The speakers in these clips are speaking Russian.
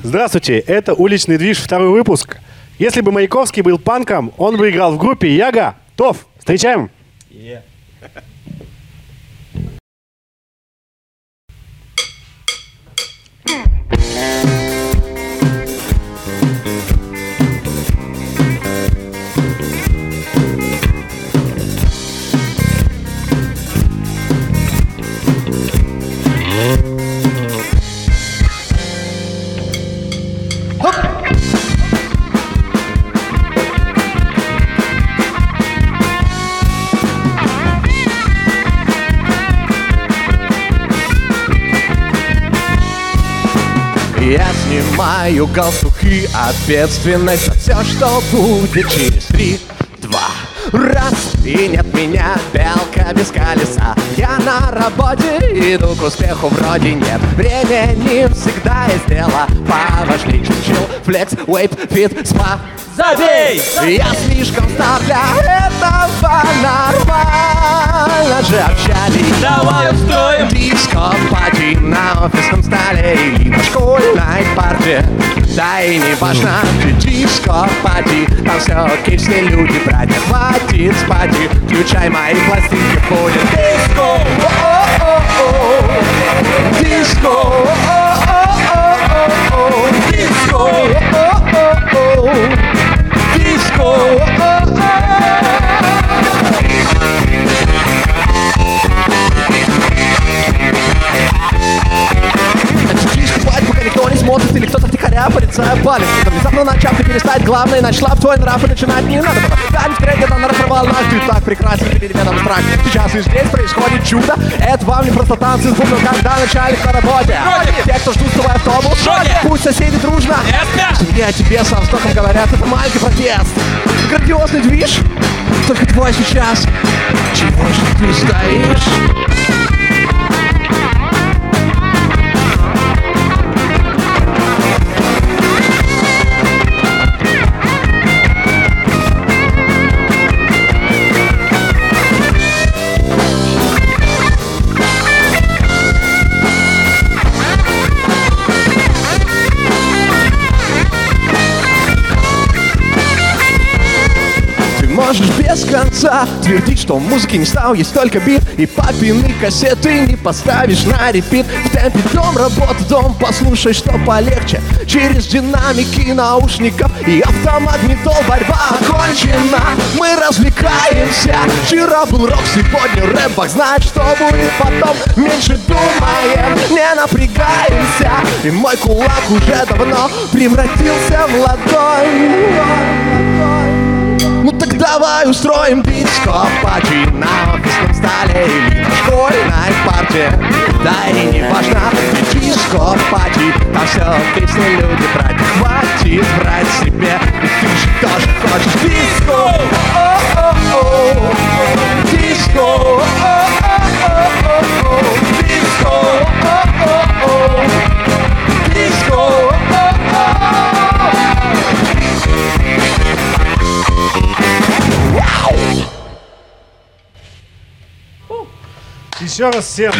Здравствуйте, это «Уличный движ», второй выпуск. Если бы Маяковский был панком, он бы играл в группе Яга Тоф. Встречаем! Yeah. Я снимаю галстук и ответственность за все, что будет через 3, 2, раз. И нет меня, белка без колеса. Я на работе, иду к успеху вроде нет. Времени всегда есть дело поважнее, чем чил, флекс, вейп, фит, спа. Забей! Я слишком стар для этого, нормально же общались. Давай устроим диско-пати на офисном столе или на школьной парте. Да и не важно, диско-пати, там все окей, все люди, братья, хватит спати. Включай мои пластинки, будет диско, диско, диско, диско. Пока никто не смотрит или кто-то втихаря порицает палец. Внезапно начав перестать, главное, начала в твой нрав и начинать не надо было. Танец кредита нарисовал наш, ты так прекрасен переменам страх. Сейчас и здесь происходит чудо. Это вам не просто танцы с бубном, когда начальник на работе. Те, кто ждут твой автобус, пусть соседи дружно. Я тебе со вздохом говорят, это маленький протест. Грандиозный движ, только твой сейчас. Чего же ты стоишь? Можешь без конца твердить, что музыки не стал, есть только бит. И папины кассеты не поставишь на репит. В темпе дом, работа, дом, послушай, что полегче. Через динамики наушников и автомагнитол. Борьба окончена, мы развлекаемся. Вчера был рок, сегодня рэп, бог знает, что будет потом. Меньше думаем, не напрягаемся. И мой кулак уже давно превратился в ладонь. Ну так давай устроим диско-пати на офисном столе или на школьной парте. Да и не важно, диско-пати, там все песни люди брать. Хватит брать себе, и ты же тоже хочешь диско. Диско. Диско. Диско. Еще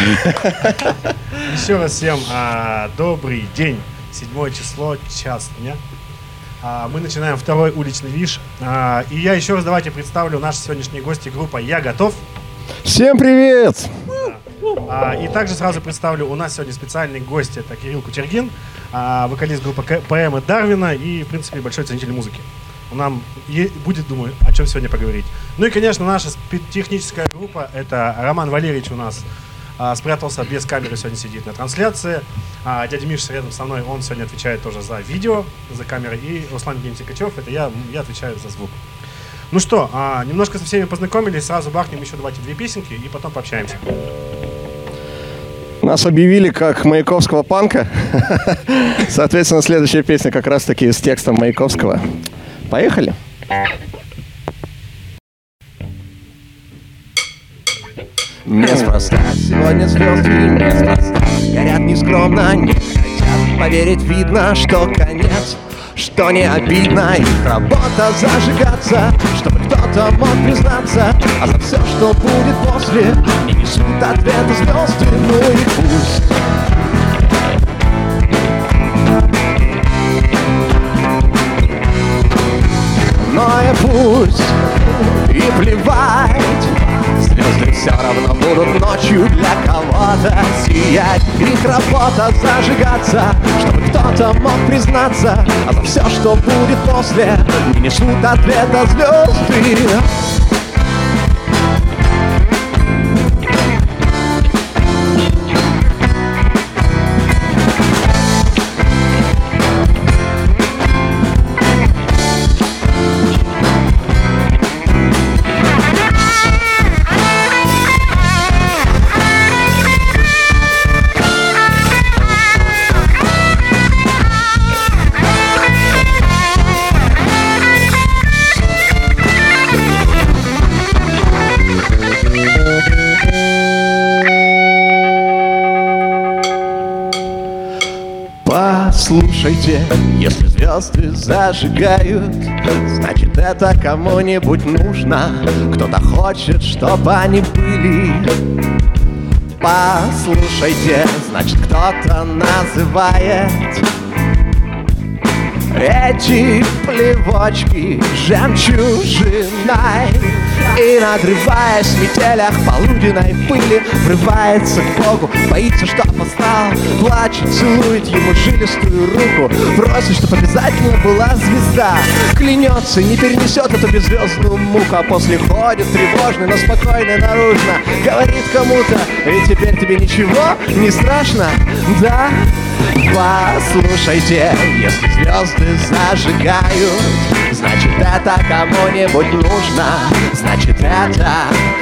раз всем добрый день. 7 число, час дня. Мы начинаем второй уличный движ. И я еще раз давайте представлю наши сегодняшние гости, группа «Я готов». Всем привет! И также сразу представлю, у нас сегодня специальный гость, это Кирилл Кучергин, вокалист группы ПМ Дарвина и, в принципе, большой ценитель музыки. Нам будет, думаю, о чем сегодня поговорить. Ну и, конечно, наша техническая группа, это Роман Валерьевич у нас спрятался без камеры, сегодня сидит на трансляции. Дядя Миша рядом со мной, он сегодня отвечает тоже за видео, за камерой. И Руслан Гентикачев, это я отвечаю за звук. Ну что, немножко со всеми познакомились, сразу бахнем еще давайте 2 песенки и потом пообщаемся. Нас объявили как Маяковского панка. Соответственно, следующая песня как раз-таки с текстом Маяковского. Поехали! Неспроста сегодня звезды неспроста горят нескромно, не хотят поверить, видно, что конец, что не обидно их работа зажигаться, чтобы кто-то мог признаться, а за все, что будет после, не несут ответа звезды, ну и пусть. стоять, их работа зажигаться, чтобы кто-то мог признаться, а за все, что будет после, не несут ответа звезды. Послушайте, если звезды зажигают, значит это кому-нибудь нужно. Кто-то хочет, чтобы они были. Послушайте, значит кто-то называет эти плевочки жемчужиной. И, надрываясь в метелях полуденной пыли, врывается к Богу, боится, что опоздал, плачет, целует ему жилистую руку, просит, чтоб обязательно была звезда. Клянется, не перенесет эту беззвездную муку, а после ходит тревожный, но спокойный наружно, говорит кому-то: ведь теперь тебе ничего не страшно, да? Послушайте, если звезды зажигают, значит это кому-нибудь нужно, значит это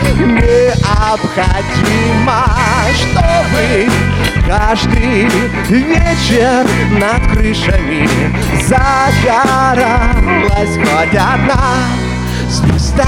необходимо, чтобы каждый вечер над крышами загоралась хоть одна звезда.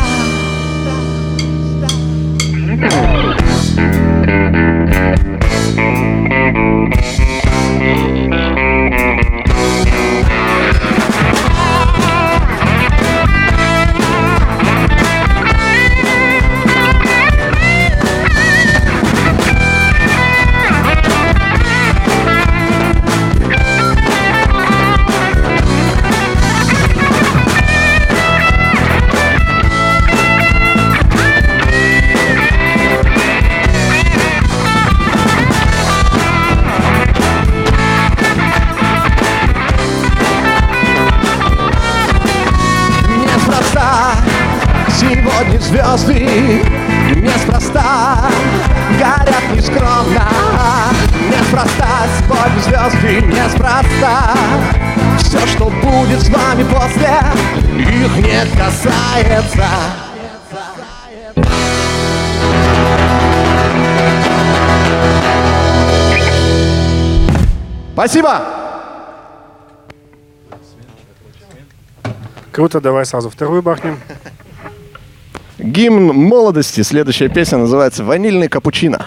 Сегодня звезды неспроста горят нескромно, неспроста сегодня звезды неспроста. Все, что будет с вами после, их не касается. Спасибо! Круто, давай сразу вторую бахнем. Гимн молодости. Следующая песня называется «Ванильный капучино».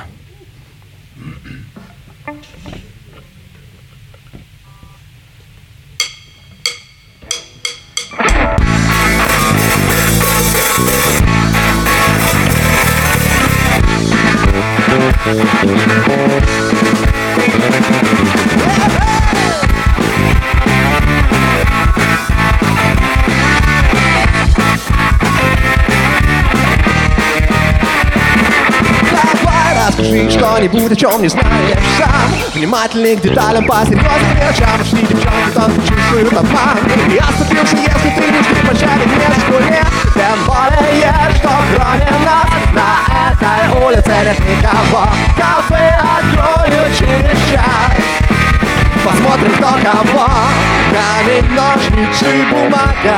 Скажи что-нибудь, о чем не знаешь сам. Внимательный к деталям, по серьезным вещам. Пошли девчонки, тонко чувствуют обман. Я оступился, если ты не жди пощады мне в школе. Тем более, что кроме нас на этой улице нет никого. Кафе открою через час. Посмотрим, кто кого. Камень, ножницы, бумага.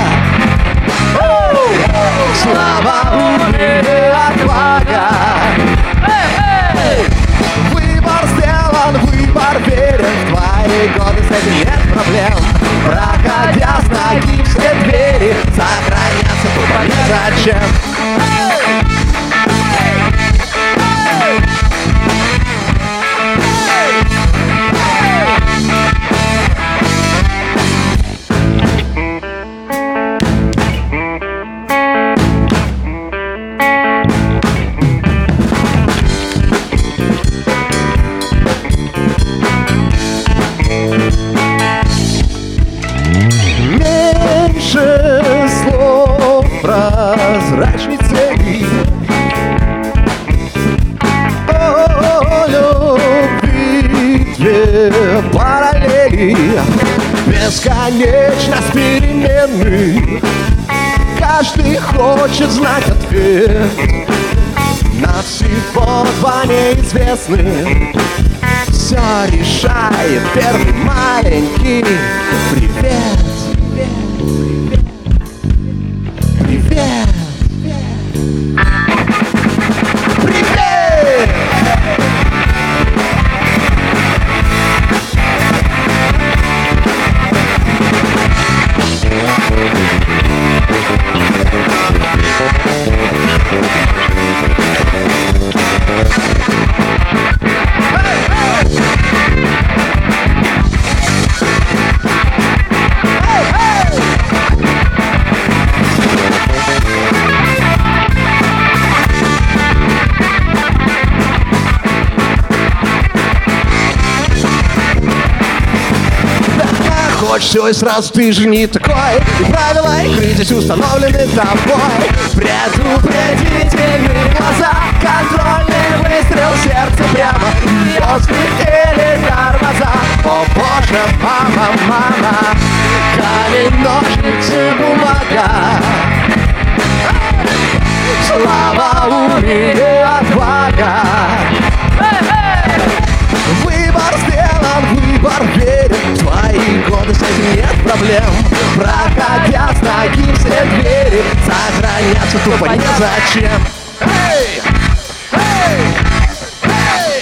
Слава, умение, отвага. Выбор сделан, выбор верен. В твои годы с этим нет проблем. Проходя с ноги все двери, сохраняться тупо незачем. Прозрачно бесконечность переменных. Каждый хочет знать ответ на всего два неизвестных. Все решает первый маленький привет. Привет. Привет. Хочешь все и сразу, ты же не такой. И правила игры здесь установлены тобой. Предупредительные глаза, контрольный выстрел, сердце прямо, звезды или тормоза. О боже, мама, мама, камень, ножницы, бумага. Слава, умение, отвага. Выбор сделан, выбор верен. В твои годы с этим нет проблем. Проходя с ноги все двери, сохраняться тупо незачем. Эй! Эй! Эй!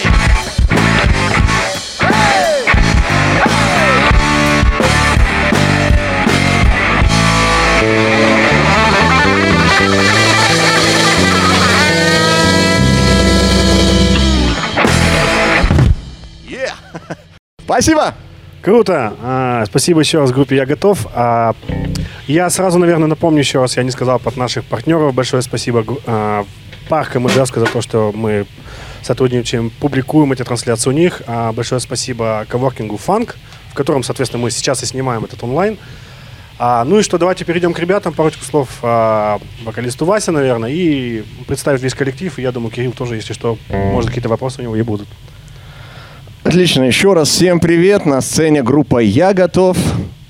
Спасибо! Круто! Спасибо еще раз группе «Я готов». Я сразу, наверное, напомню еще раз, я не сказал под наших партнеров. Большое спасибо Парк МДСК за то, что мы сотрудничаем, публикуем эти трансляции у них. Большое спасибо коворкингу «Фанк», в котором, соответственно, мы сейчас и снимаем этот онлайн. Ну и что, давайте перейдем к ребятам, парочку слов вокалисту Васе, наверное, и представить весь коллектив. И я думаю, Кирилл тоже, если что, может, какие-то вопросы у него и будут. Отлично, еще раз всем привет, на сцене группа «Я готов».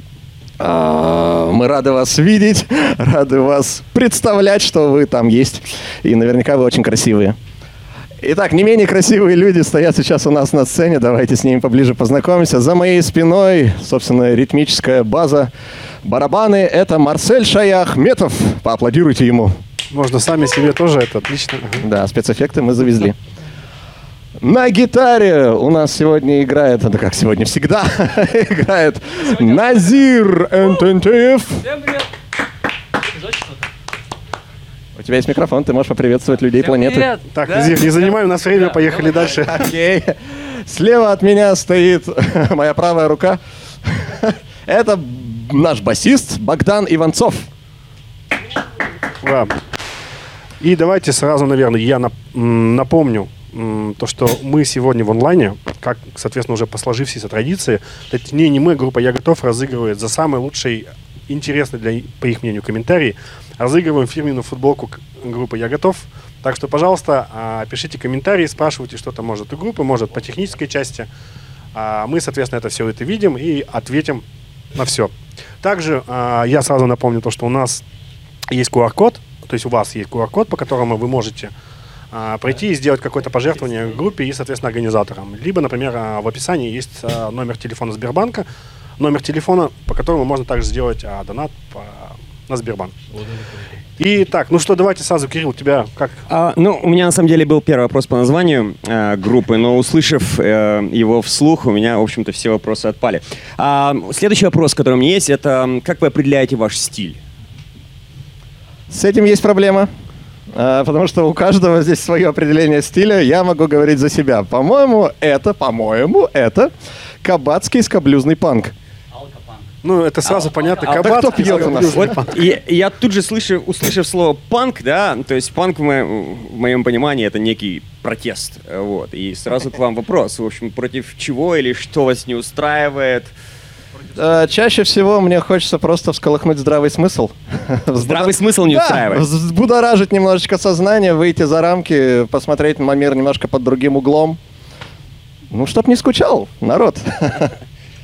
Мы рады вас видеть, рады вас представлять, что вы там есть, и наверняка вы очень красивые. Итак, не менее красивые люди стоят сейчас у нас на сцене, давайте с ними поближе познакомимся. За моей спиной, собственно, ритмическая база, барабаны, это Марсель Шаяхметов, поаплодируйте ему. Можно сами себе тоже, это отлично. Да, спецэффекты мы завезли. На гитаре у нас сегодня играет, это как сегодня всегда, играет Назир Энтентеев. Всем привет! У тебя есть микрофон, ты можешь поприветствовать людей планеты. Привет! Так, Да? Назир, не занимай у нас время, поехали дальше. Окей. Слева от меня стоит моя правая рука. Это наш басист Богдан Иванцов. Да. И давайте сразу, наверное, я напомню то, что мы сегодня в онлайне, как, соответственно, уже по сложившейся традиции, не мы, группа «Я готов» разыгрывает за самый лучший, интересный, по их мнению, комментарий. Разыгрываем фирменную футболку группы «Я готов». Так что, пожалуйста, пишите комментарии, спрашивайте что-то, может, у группы, может, по технической части. Мы, соответственно, это видим и ответим на все. Также я сразу напомню то, что у нас есть QR-код, то есть у вас есть QR-код, по которому вы можете пройти и сделать какое-то пожертвование группе и, соответственно, организаторам. Либо, например, в описании есть номер телефона Сбербанка, номер телефона, по которому можно также сделать донат на Сбербанк. И так, ну что, давайте сразу, Кирилл, у тебя как? У меня на самом деле был первый вопрос по названию группы, но услышав его вслух, у меня, в общем-то, все вопросы отпали. Следующий вопрос, который у меня есть, это как вы определяете ваш стиль? С этим есть проблема, потому что у каждого здесь свое определение стиля. Я могу говорить за себя. По-моему, это кабацкий скаблюзный панк. Ну, это сразу понятно. Кабацкий, кто пьет у нас? Вот, я тут же, услышав слово «панк», да, то есть панк в моем понимании это некий протест. Вот, и сразу к вам вопрос, в общем, против чего или что вас не устраивает? Чаще всего мне хочется просто всколыхнуть здравый смысл. Здравый смысл не устраивает? Взбудоражить немножечко сознание, выйти за рамки, посмотреть на мир немножко под другим углом. Ну, чтоб не скучал народ.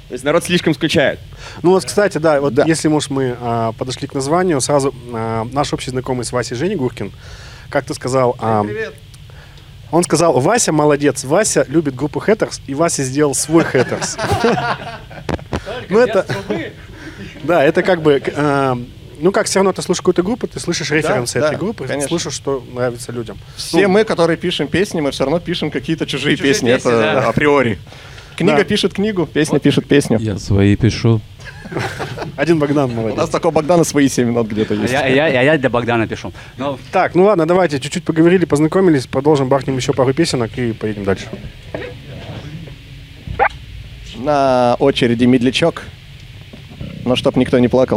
То есть народ слишком скучает. Ну вот, кстати, да, вот Да. если, может, мы подошли к названию, сразу наш общий знакомый с Васей Женя Гуркин как-то сказал... Он сказал: Вася молодец, Вася любит группу Hatters, и Вася сделал свой Hatters. Ну это... Да, это как бы... Ну как, все равно ты слушаешь какую-то группу, ты слышишь референсы да, этой группы, конечно. слышишь, что нравится людям. Все мы, которые пишем песни, мы все равно пишем какие-то чужие песни. песни, Это да. априори. Книга Да. пишет книгу, песня пишет песню. Я свои пишу. Один Богдан У молодец. нас такой Богдана свои 7 минут где-то есть. Я для Богдана пишу. Но Так, ну ладно, давайте чуть-чуть поговорили, познакомились, продолжим, бахнем еще пару песенок и поедем дальше. На очереди медлячок. Но чтоб никто не плакал.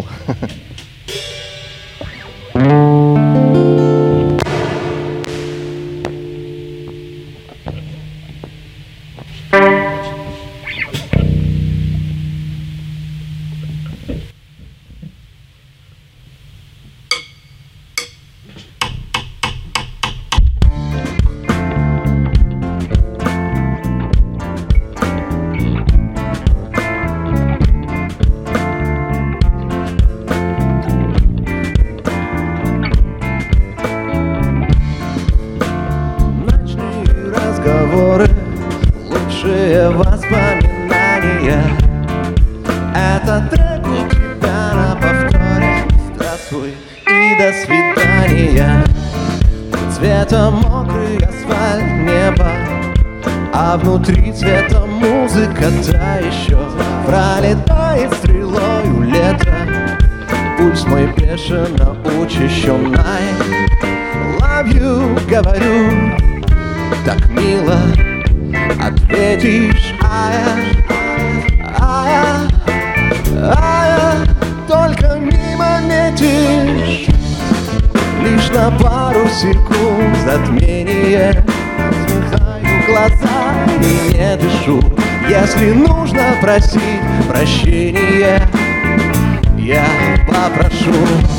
Ночные разговоры, лучшие воспоминания. Это трек у тебя на повторе. Здравствуй и до свидания. Цветом мокрый асфальт, небо, а внутри цветом музыка та еще. Пролетает стрелою лето, пульс мой бешено учащенный. Love you, говорю, так мило ответишь, только мимо метишь. Лишь на пару секунд затмение. Смыкаю глаза и не дышу. Если нужно просить прощения, я попрошу.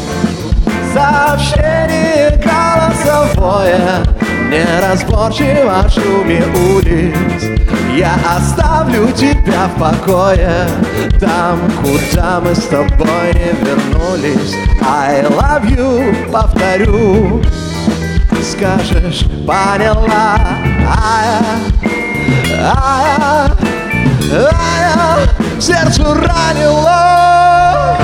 Сообщение голосовое, неразборчиво в шуме улиц. Я оставлю тебя в покое, там, куда мы с тобой не вернулись. I love you, повторю, скажешь, поняла. Сердцу ранило.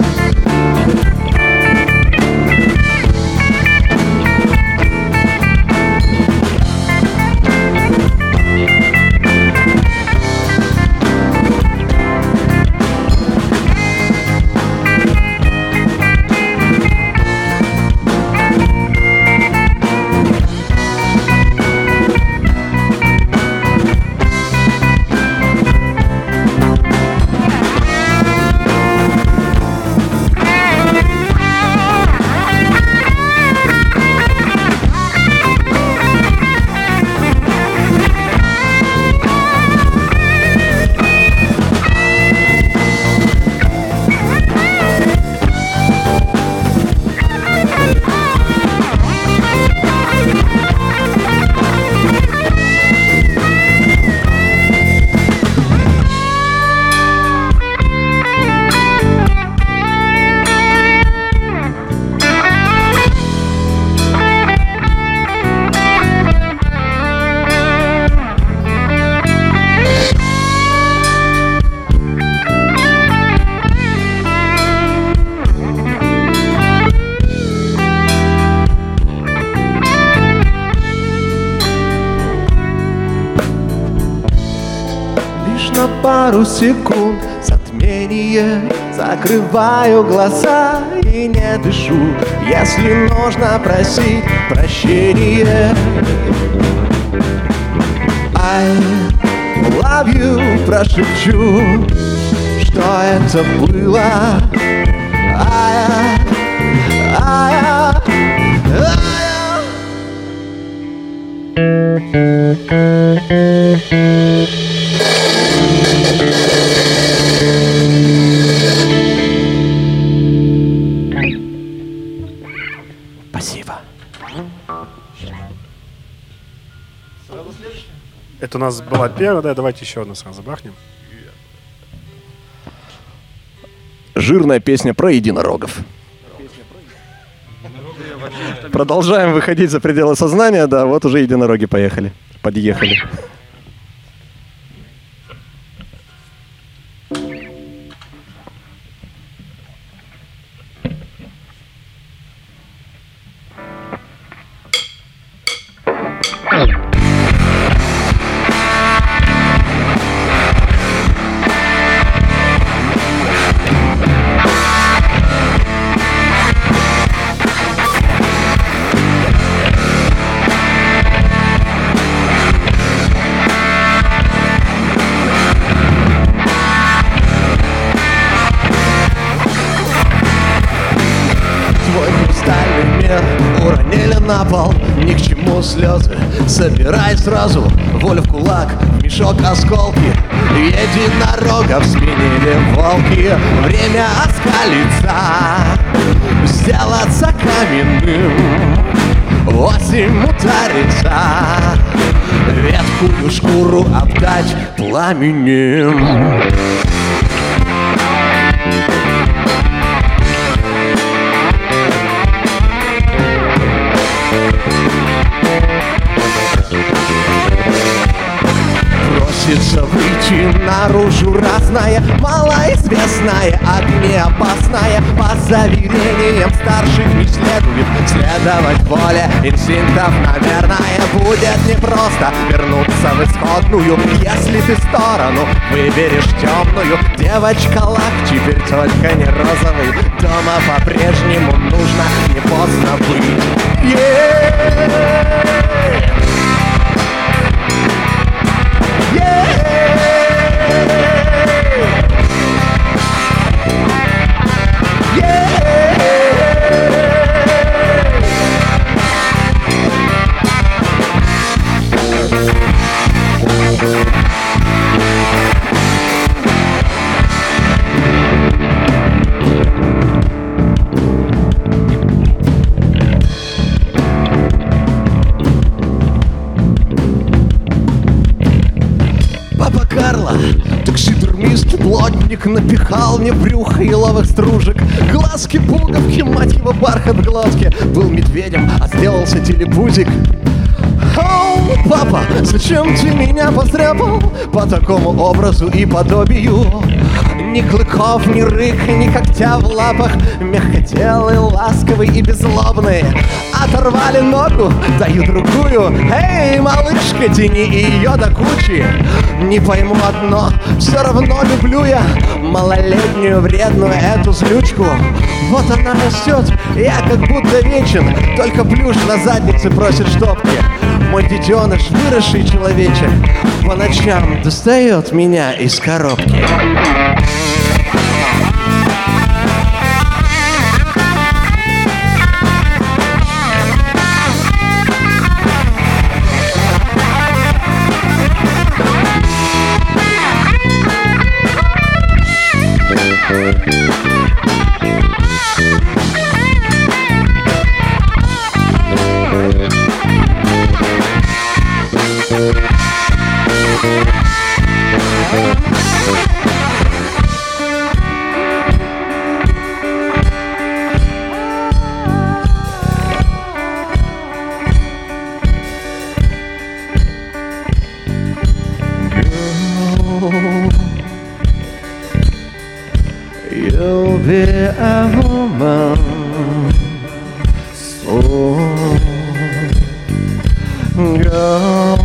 На пару секунд затмение. Закрываю глаза и не дышу. Если нужно просить прощения, I love you, прошепчу, что это было. Спасибо. Это у нас была первая, да, давайте еще одну сразу бахнем. Жирная песня про единорогов. Продолжаем выходить за пределы сознания. Да, вот уже единороги поехали. Подъехали. На пол, ни к чему слезы. Собирай сразу волю в кулак, в мешок осколки. Единорогов сменили волки. Время оскалиться, сделаться каменным. Осень ударится, ветхую шкуру обдать пламенем. Просится выйти наружу разная, малоизвестная, огнеопасная. По заверениям старших не следует следовать воле инстинктов. Наверное, будет непросто вернуться в исходную, если ты сторону выберешь темную. Девочка-лак теперь только не розовый. Дома по-прежнему нужно не поздно быть. Таксидермист, плотник напихал мне брюхо еловых стружек. Глазки, пуговки, мать его, бархат в глотке. Был медведем, а сделался телепузик. Оу, папа, зачем ты меня постряпал по такому образу и подобию? Ни клыков, ни рык, ни когтя в лапах. Мягкотелый, ласковый и беззлобный. Оторвали ногу, даю другую. Эй, малышка, тяни ее до кучи. Не пойму одно, все равно люблю я малолетнюю вредную эту злючку. Вот она растет, я как будто вечен. Только плюш на заднице просит штопки. Мой детеныш, выросший человечек, по ночам достает меня из коробки. You'll be a woman soon, girl.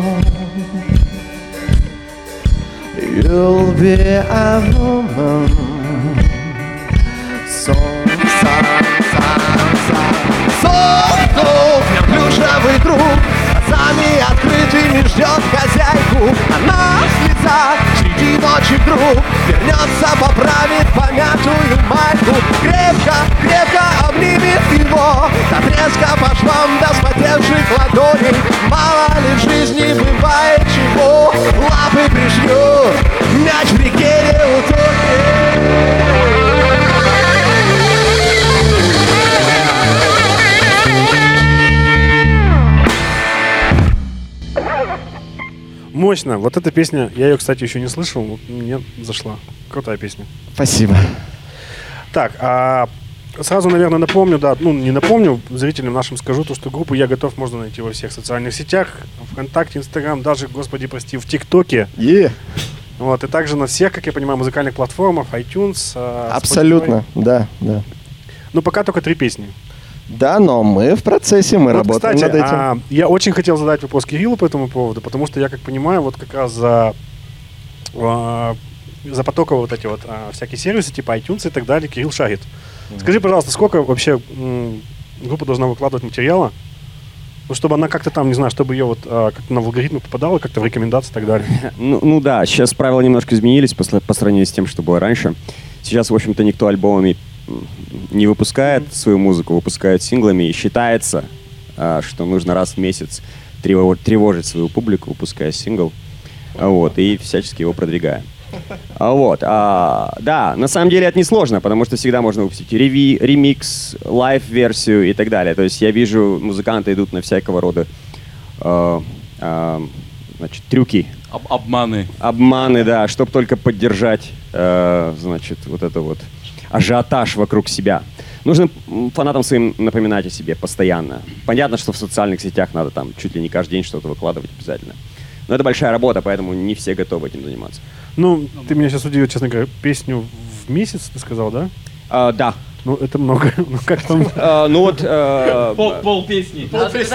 You'll be a woman soon. Сомкнув плюшевый круг, глазами открытыми ждет хозяйку. Она с лица среди ночи вдруг вернется, поправит помятую майку. Крепко, крепко обнимет его, до треска по швам, до вспотевших ладоней. Мало ли в жизни бывает чего, лапы пришьют, мяч в реке не утонет. Мощно. Вот эта песня, я ее, кстати, еще не слышал, но мне зашла. Крутая песня. Спасибо. Так, сразу, наверное, напомню, да, ну, не напомню, зрителям нашим скажу, то, что группу «Я готов» можно найти во всех социальных сетях, ВКонтакте, Инстаграм, даже, господи, прости, в ТикТоке. Вот, и также на всех, как я понимаю, музыкальных платформах, iTunes, Абсолютно, Spotify. да, да. Ну, пока только 3 песни. Да, но мы в процессе, мы Вот, работаем кстати, над этим. я очень хотел задать вопрос Кириллу по этому поводу, потому что я, как понимаю, вот как раз за потоковые вот эти вот всякие сервисы, типа iTunes и так далее, Кирилл шарит. Скажи, пожалуйста, сколько вообще группа должна выкладывать материала, ну, чтобы она как-то там, не знаю, чтобы ее вот как-то на алгоритмы попадала, как-то в рекомендации и так далее. Ну да, сейчас правила немножко изменились по сравнению с тем, что было раньше. Сейчас, в общем-то, никто альбомами не выпускает свою музыку, выпускает синглами, и считается, что нужно раз в месяц тревожить свою публику, выпуская сингл, вот, и всячески его продвигая. Вот, да, на самом деле это несложно, потому что всегда можно выпустить ремикс, лайв-версию и так далее. То есть я вижу, музыканты идут на всякого рода значит, трюки. Обманы, да, чтобы только поддержать, значит, вот это вот ажиотаж вокруг себя. Нужно фанатам своим напоминать о себе постоянно. Понятно, что в социальных сетях надо там чуть ли не каждый день что-то выкладывать обязательно. Но это большая работа, поэтому не все готовы этим заниматься. Ну, ты меня сейчас удивил, честно говоря, песню в месяц, ты сказал, да? Да. Ну, это много. Ну, как там? Ну вот... Полпесни.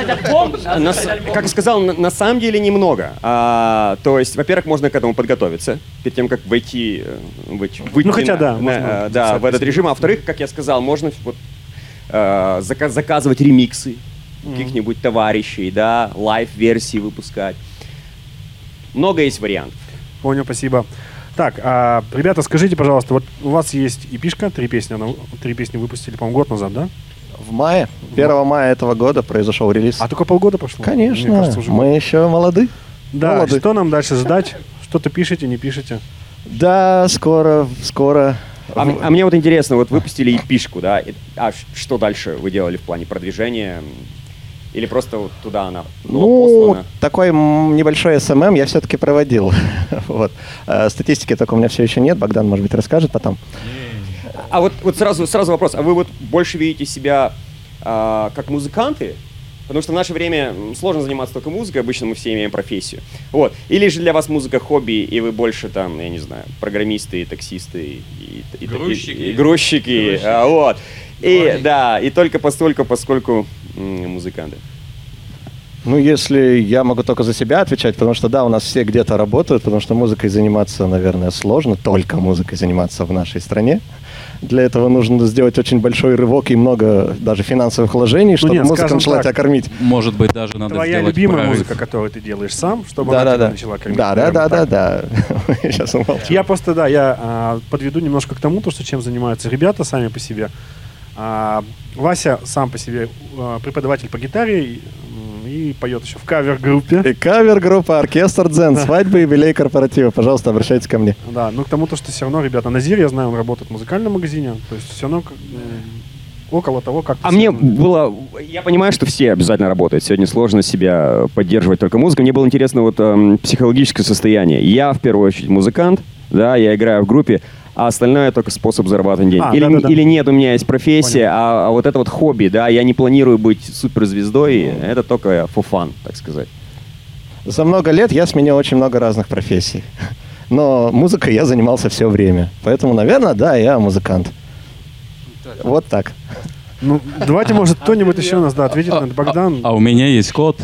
Как я сказал, на самом деле немного. То есть, во-первых, можно к этому подготовиться, перед тем, как выйти ну, хотя да, можно да, в этот режим. А во-вторых, как я сказал, можно вот, заказывать ремиксы каких-нибудь товарищей, да, лайв-версии выпускать. Много есть вариантов. Понял, спасибо. Так, ребята, скажите, пожалуйста, вот у вас есть EP-шка, 3 песни выпустили, по-моему, год назад, да? В мае, 1 мая этого года произошел релиз. А только полгода прошло? Конечно, мне кажется, уже мы еще молоды. Да, молоды. Что нам дальше ждать? Что-то пишете, не пишете? Да, скоро. А мне вот интересно, вот выпустили EP-шку, да, а что дальше вы делали в плане продвижения? Или просто вот туда она была послана? Такой небольшой СММ я все-таки проводил. Вот. Статистики только у меня все еще нет. Богдан, может быть, расскажет потом. А вот сразу вопрос. А вы вот больше видите себя как музыканты? Потому что в наше время сложно заниматься только музыкой, обычно мы все имеем профессию. Вот. Или же для вас музыка хобби, и вы больше там, я не знаю, программисты, таксисты и грузчики. Вот. И, да, и только поскольку музыканты. Ну, если я могу только за себя отвечать, потому что, да, у нас все где-то работают, потому что музыкой заниматься, наверное, сложно, только музыкой заниматься в нашей стране. Для этого нужно сделать очень большой рывок и много даже финансовых вложений, чтобы музыка начала тебя кормить. Может быть, даже надо Твоя сделать любимая прорыв. музыка, которую ты делаешь сам, чтобы она тебя начала кормить. Да. Сейчас умолчу. Я просто, да, я подведу немножко к тому, что чем занимаются ребята сами по себе. Вася сам по себе преподаватель по гитаре и поет еще в кавер-группе. И кавер-группа, оркестр дзен, свадьбы, юбилей, корпоративы. Пожалуйста, обращайтесь ко мне. Да, ну к тому, что все равно, ребята, Назир, я знаю, он работает в музыкальном магазине, то есть все равно около того, как... А мне было... Я понимаю, что все обязательно работают. Сегодня сложно себя поддерживать только музыкой. Мне было интересно вот психологическое состояние. Я, в первую очередь, музыкант, да, я играю в группе, а остальное только способ зарабатывать деньги. Или нет, у меня есть профессия, а вот это вот хобби, да, я не планирую быть суперзвездой, это только for fun, так сказать. За много лет я сменил очень много разных профессий, но музыкой я занимался все время, поэтому, наверное, да, я музыкант. Вот так. Ну, давайте, может, кто-нибудь еще у нас, да, ответит на это. Богдан. А у меня есть кот.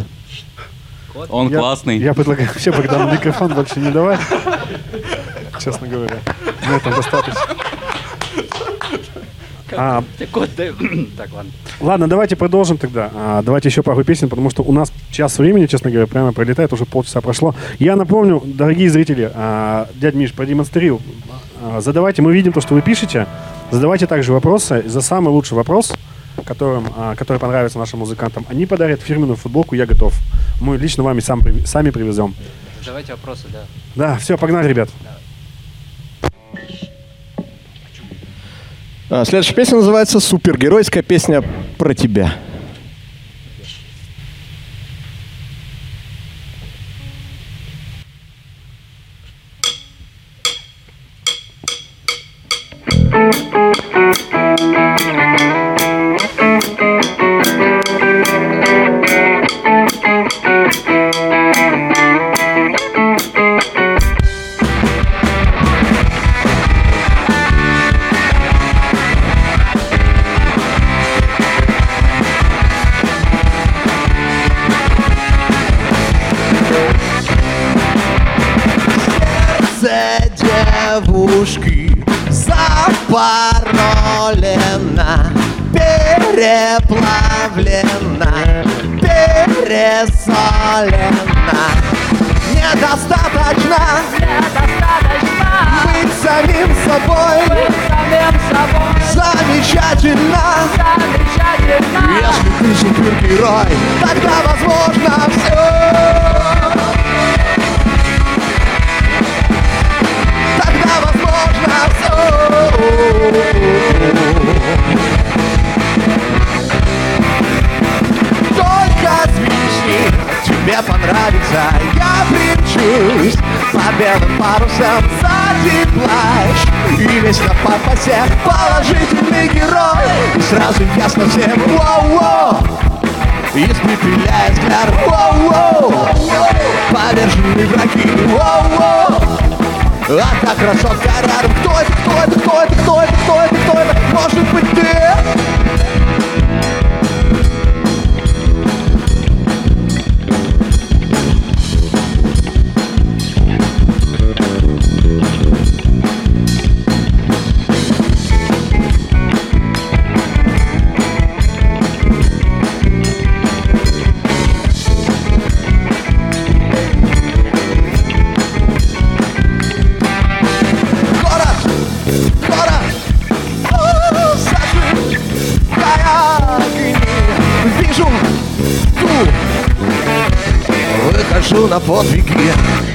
Он классный. Я предлагаю вообще Богдану микрофон больше не давать. Честно говоря. На этом достаточно. Так, ладно. Ладно, давайте продолжим тогда. Давайте еще пару песен, потому что у нас час времени, честно говоря, прямо пролетает, уже полчаса прошло. Я напомню, дорогие зрители, дядь Миш продемонстрировал. Задавайте, мы видим то, что вы пишете. Задавайте также вопросы. За самый лучший вопрос, который понравится нашим музыкантам, они подарят фирменную футболку «Я готов». Мы лично вами сами привезем. Задавайте вопросы, да. Да, все, погнали, ребят. Следующая песня называется «Супергеройская песня про тебя». подушки запаролена, переплавлена, пересолена. Недостаточно быть самим собой. Замечательно. Если ты супергерой, тогда возможно все. Тогда возможно все. Только свистни, тебе понравится, я примчусь по белым парусам, сзади плащ. И весь на папасе положительный герой. И сразу ясно всем, воу-воу, испепеляя взгляд, воу-воу, поверженные враги, воу-воу. А та красотка рядом, кто это, кто это, кто это, кто это, кто это, кто это, может быть ты? Выхожу на подвиги.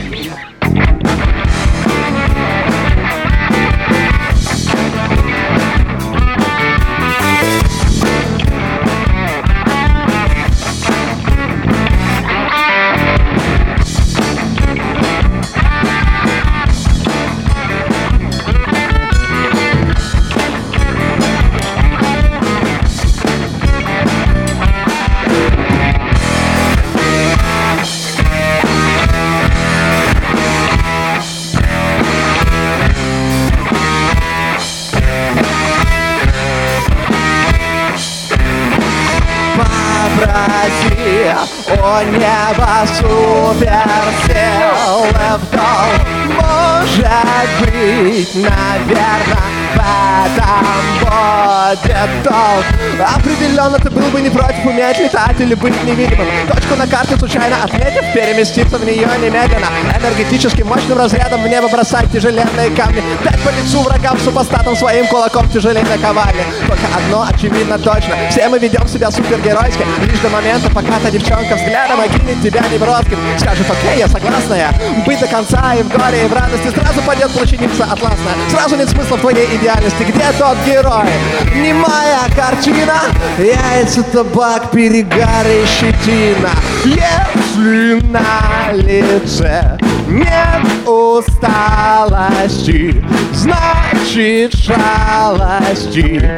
О небо суперсилы вдол. Может быть, наверное, в этом будет толк. Определенно ты был бы не против уметь летать или быть невидимым. Точку на карте случайно отметив, переместиться в нее немедленно. Энергетическим мощным разрядом в небо бросать тяжеленные камни. Дать по лицу врагам супостатам своим кулаком тяжелее наковальни. Только одно очевидно точно: все мы ведем себя супергеройски, лишь до момента, пока та девчонка взглядом окинет тебя неброским. Скажет: окей, я согласна, я быть до конца и в горе, и в радости. Сразу пойдет плащаница атласная. Сразу нет смысла в твоей идеальности. Где тот герой? Немая картина. Яйца, табак, перегары и щетина. Если на лице нет усталости, значит шалости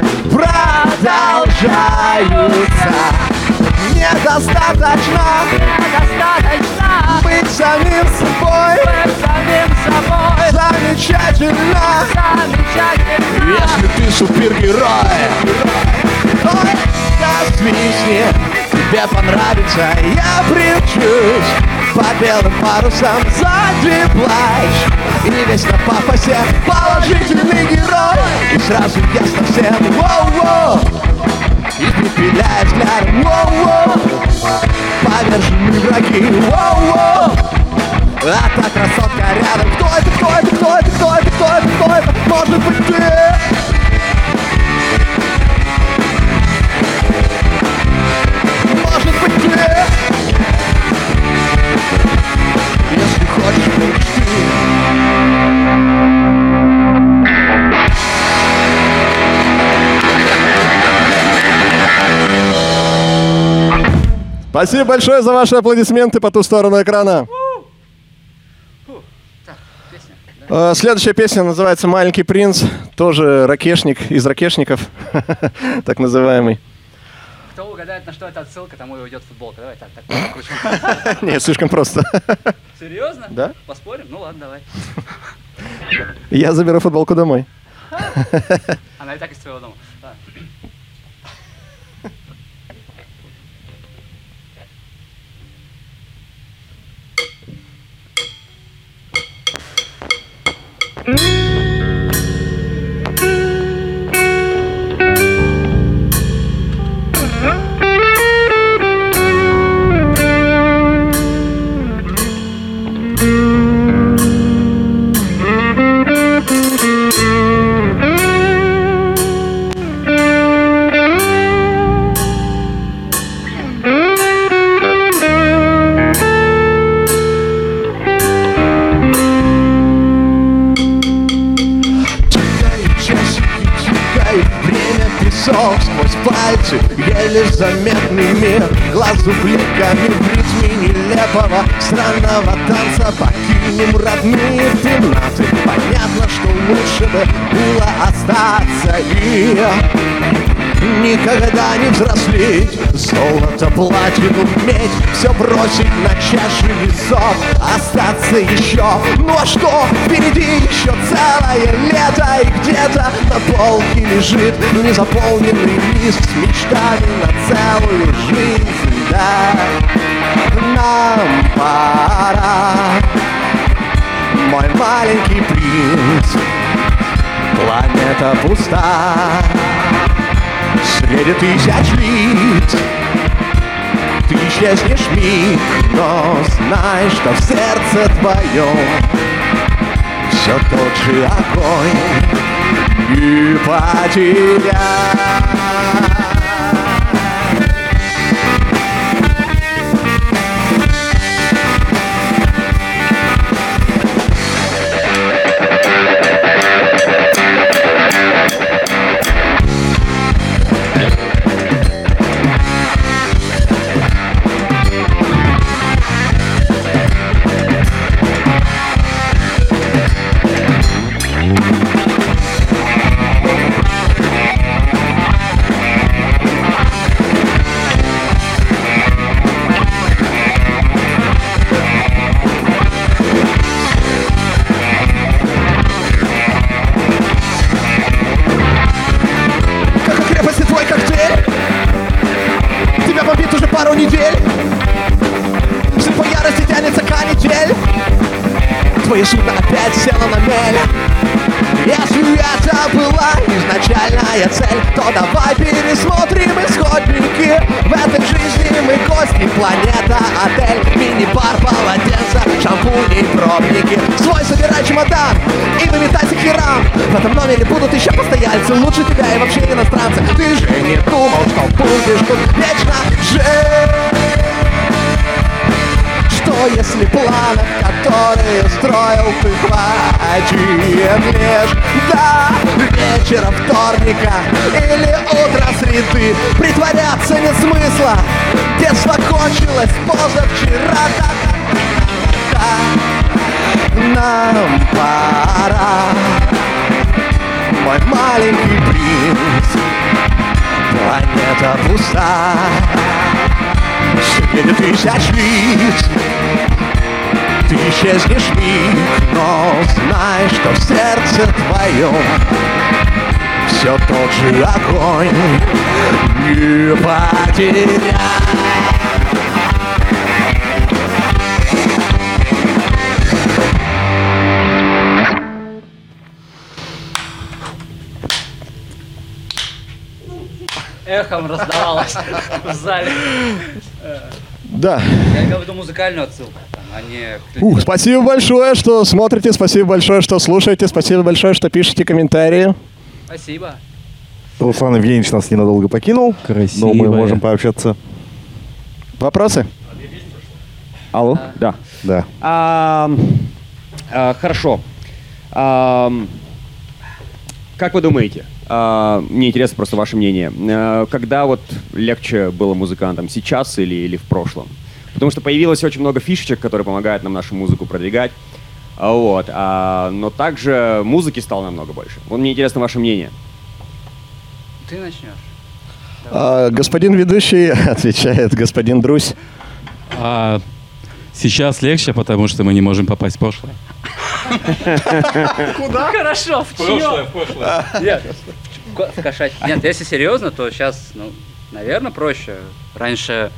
продолжаются. Недостаточно быть самим собой. Замечательно. Если ты супергерой, только свистни, тебе понравится, я примчусь по белым парусам, сзади плащ. И весь на пафосе положительный герой. И сразу ясно всем, воу-воу, испепеляя взглядом, воу-воу, поверженные враги, воу-воу. А та красотка рядом, кто это, кто это, кто это, кто это, кто это, кто это, может быть ты? Может быть ты? Если хочешь, будешь ты. Спасибо большое за ваши аплодисменты по ту сторону экрана. Следующая песня называется «Маленький принц». Тоже ракешник из ракешников, так называемый. Кто угадает, на что это отсылка, тому и уйдет футболка. Давай так покрутим. Нет, слишком просто. Серьезно? Да. Поспорим? Ну ладно, давай. Я заберу футболку домой. Она и так из твоего дома. весов сквозь пальцы, еле заметными глазу бликами в ритме нелепого странного танца. Покинем родные пенаты, понятно, что лучше бы было остаться и никогда не взрослеть. Золото, платину, медь, все бросить на чаше весов, остаться еще. Ну а что, впереди еще целое лето, и где-то на полке лежит незаполненный лист с мечтами на целую жизнь. Да, нам пора, мой маленький принц. Планета пуста среди тысяч лиц. Ты исчезнешь миг, но знай, что в сердце твоем все тот же огонь и потерять. Пару недель слепой ярости тянется канитель. Твое судно опять село на мель. Если это была изначальная цель, то давай пересмотрим исходники. В этой жизни мы гости, планета, отель, мини-бар, полотенца, шампуни, пробники. Свой собирай чемодан и выметайся к херам. В этом номере будут еще постояльцы, лучше тебя и вообще иностранцы. Ты же не думал, что будешь тут вечно жить? Что если планов, которые строил ты, хватит лишь до вечера вторника или утра среды? Притворяться нет смысла, детство кончилось позавчера. Нам пора, мой маленький принц. Планета пуста среди тысяч лиц. Ты исчезнешь миг, но знай, что в сердце твоем все тот же огонь не потерять. Эхом раздавалось в зале. Да. Я имел в виду музыкальную отсылку, а не... Спасибо большое, что смотрите, спасибо большое, что слушаете, спасибо большое, что пишете комментарии. Спасибо. Руслан Евгеньевич нас ненадолго покинул, но мы можем пообщаться. Вопросы? Алло? Да. Да. Хорошо. Как вы думаете? Мне интересно просто ваше мнение. Когда вот легче было музыкантам, сейчас или в прошлом? Потому что появилось очень много фишечек, которые помогают нам нашу музыку продвигать. Вот. Но также музыки стало намного больше. Вот мне интересно ваше мнение. Ты начнешь. Господин ведущий, отвечает господин Друзь. Сейчас легче, потому что мы не можем попасть в прошлое. Куда? Хорошо, в прошлое. Нет, в кошачье. Нет, если серьезно, то сейчас, наверное, проще. Раньше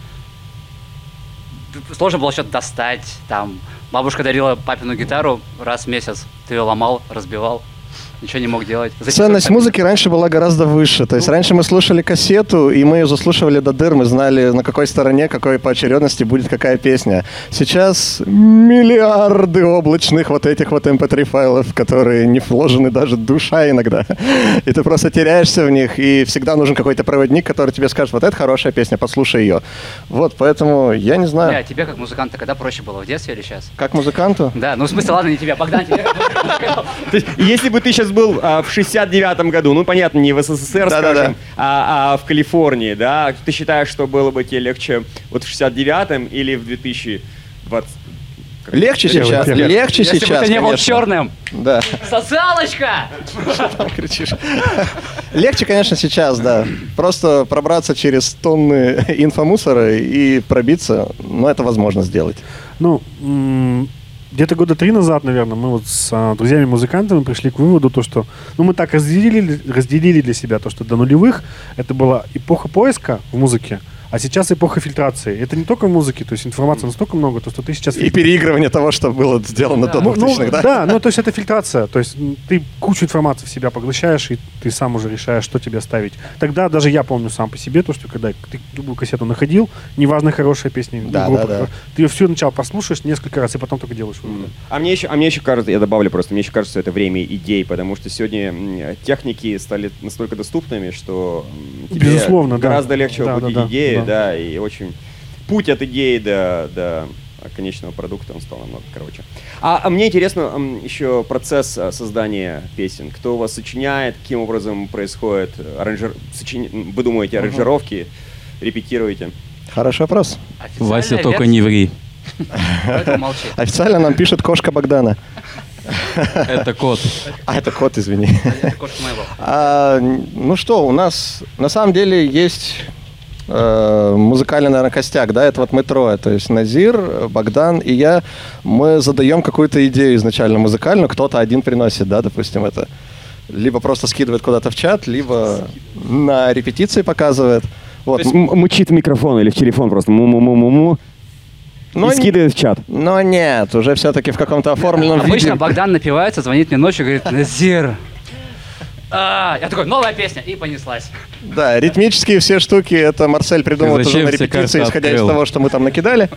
сложно было что-то достать. Там бабушка дарила папину гитару раз в месяц. Ты ее ломал, разбивал. Ничего не мог делать. Ценность музыки раньше была гораздо выше. То есть раньше мы слушали кассету, и мы ее заслушивали до дыр. Мы знали, на какой стороне, какой по очередности будет какая песня. Сейчас миллиарды облачных вот этих вот MP3 файлов, которые не вложены даже душа иногда. И ты просто теряешься в них, и всегда нужен какой-то проводник, который тебе скажет, вот это хорошая песня, послушай ее. Вот, поэтому я не знаю. А тебе как музыканту когда проще было, в детстве или сейчас? Как музыканту? Да, в смысле, ладно, не тебе, Богдан, тебе. Если бы ты сейчас поезд был в 69-м году, ну, понятно, не в СССР, скажем, а в Калифорнии, да? Ты считаешь, что было бы тебе легче вот в 69-м или в 2020? Легче сейчас, легче Если сейчас, бы ты не был конечно. черным. Да. Социалочка! Что там кричишь? Легче, конечно, сейчас, да. Просто пробраться через тонны инфомусора и пробиться, но это возможно сделать. Ну, где-то года 3 назад, наверное, мы вот с друзьями-музыкантами пришли к выводу, то, что мы так разделили для себя то, что до нулевых это была эпоха поиска в музыке, а сейчас эпоха фильтрации. Это не только в музыке, то есть информации настолько много, то, что ты сейчас... И переигрывание того, что было сделано до 2000-х, да? Да, ну то есть это фильтрация. То есть ты кучу информации в себя поглощаешь, и ты сам уже решаешь, что тебе ставить. Тогда даже я помню сам по себе, то, что когда ты любую кассету находил, неважно, хорошая песня, группа, ты ее всю сначала послушаешь несколько раз, и потом только делаешь выводы. А мне еще кажется, я добавлю просто, мне еще кажется, это время идей, потому что сегодня техники стали настолько доступными, что тебе безусловно, гораздо легче воплотить идеи, да, и очень путь от идеи до конечного продукта, он стал намного короче. А мне интересно еще процесс создания песен. Кто у вас сочиняет, каким образом происходит вы думаете аранжировки, репетируете? Хороший вопрос. Вася, только не ври. Поэтому молчи. Официально нам пишет кошка Богдана. Это кот. Это кот, извини. Это кошка моего. Ну что, у нас на самом деле есть музыкальный, наверное, костяк, да, это вот мы трое, то есть Назир, Богдан и я, мы задаем какую-то идею изначально музыкальную, кто-то один приносит, да, допустим, это либо просто скидывает куда-то в чат, либо на репетиции показывает. Вот. То есть мычит в микрофон или в телефон просто му-му-му-му-му. И скидывает в чат. Но нет, уже все-таки в каком-то оформленном виде. Обычно Богдан напивается, звонит мне ночью и говорит: Назир. Я такой: новая песня, и понеслась. Да, ритмические все штуки, это Марсель придумал уже на репетиции, исходя из того, что мы там накидали.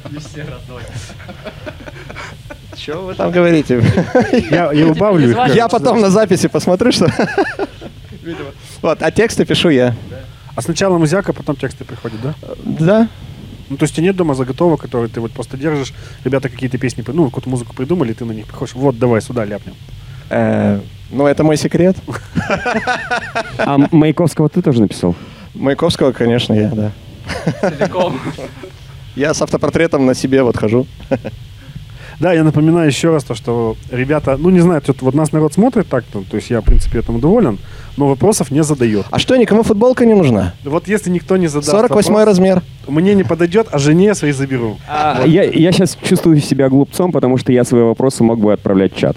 Что вы там говорите? Я убавлю их. Я потом на записи посмотрю, что... Вот, а тексты пишу я. А сначала музяка, потом тексты приходят, да? Да. Ну, то есть у тебя нет дома заготовок, которые ты вот просто держишь, ребята какие-то песни, ну, какую-то музыку придумали, ты на них приходишь, вот, давай, сюда ляпнем. Ну, это мой секрет. А Маяковского ты тоже написал? Маяковского, конечно, я, да. Целиком. Я с автопортретом на себе вот хожу. Да, я напоминаю еще раз то, что ребята, ну, не знаю, вот нас народ смотрит так-то, то есть я, в принципе, этому доволен, но вопросов не задает. А что, никому футболка не нужна? Вот если никто не задаст 48-й размер. Мне не подойдет, а жене свои заберу. Я сейчас чувствую себя глупцом, потому что я свои вопросы мог бы отправлять в чат.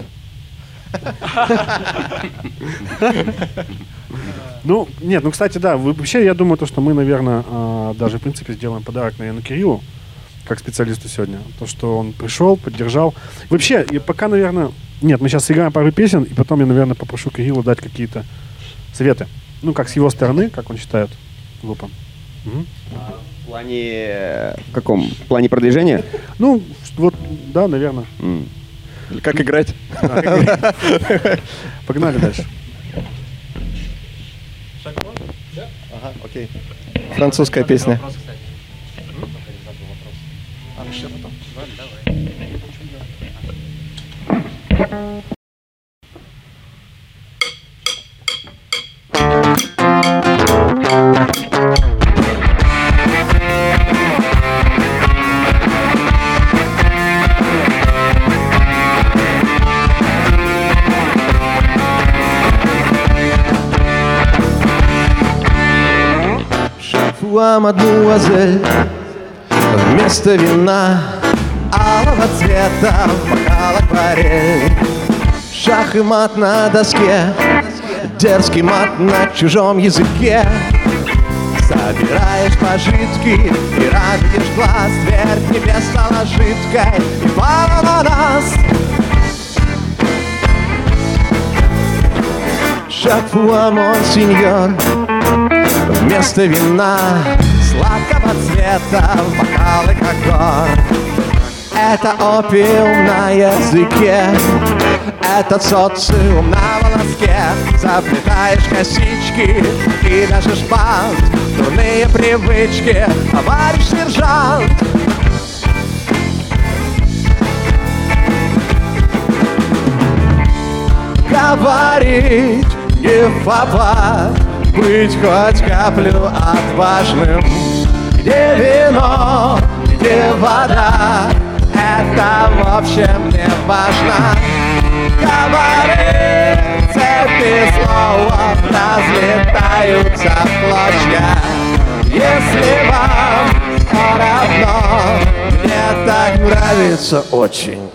Ну, нет, ну, кстати, да, вообще, я думаю, то, что мы, наверное, даже, в принципе, сделаем подарок, наверное, Кириллу, как специалисту сегодня. То, что он пришел, поддержал. Вообще, и пока, наверное... Нет, мы сейчас сыграем пару песен, и потом я, наверное, попрошу Кирилла дать какие-то советы. Ну, как с его стороны, как он считает глупым. В плане... В каком? В плане продвижения? Ну, вот, да, наверное. Как играть? Погнали дальше. Ага, окей. Французская песня. Мадмуазель, вместо вина алого цвета бокал акварель. Шах и мат на доске, дерзкий мат на чужом языке. Собираешь пожитки и радуешь глаз, дверь небес стала жидкой и пала на нас. Шафуа, монсеньор, вместо вина сладкого цвета бокалы кокор. Это опиум на языке, этот социум на волоске. Заплетаешь косички и даже шпат, дурные привычки, товарищ сержант. говорить не в попад, быть хоть каплю отважным. Где вино, где вода, это в общем не важно. Говори, цепи слов разлетаются в клочья. Если вам все равно, мне так нравится очень.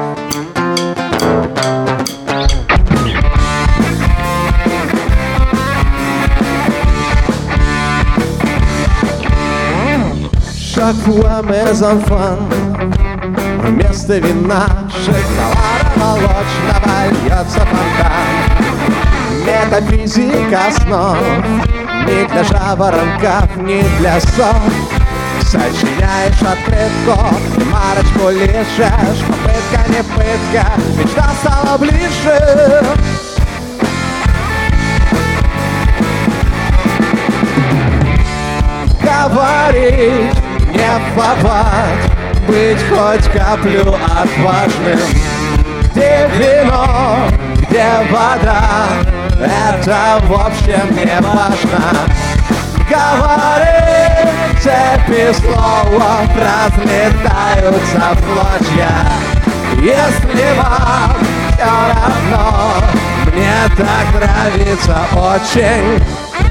Шакуа мезонфан, вместо вина шоколада молочного льется фонтан. Метафизика снов, ни для жаворонков, ни для сов. Сочиняешь открытку, марочку лишешь, попытка не пытка, мечта стала ближе. Говорить не в попад, быть хоть каплю отважным. Где вино, где вода, это в общем не важно. Говори, цепи слов разлетаются в клочья. Если вам все равно, мне так нравится очень.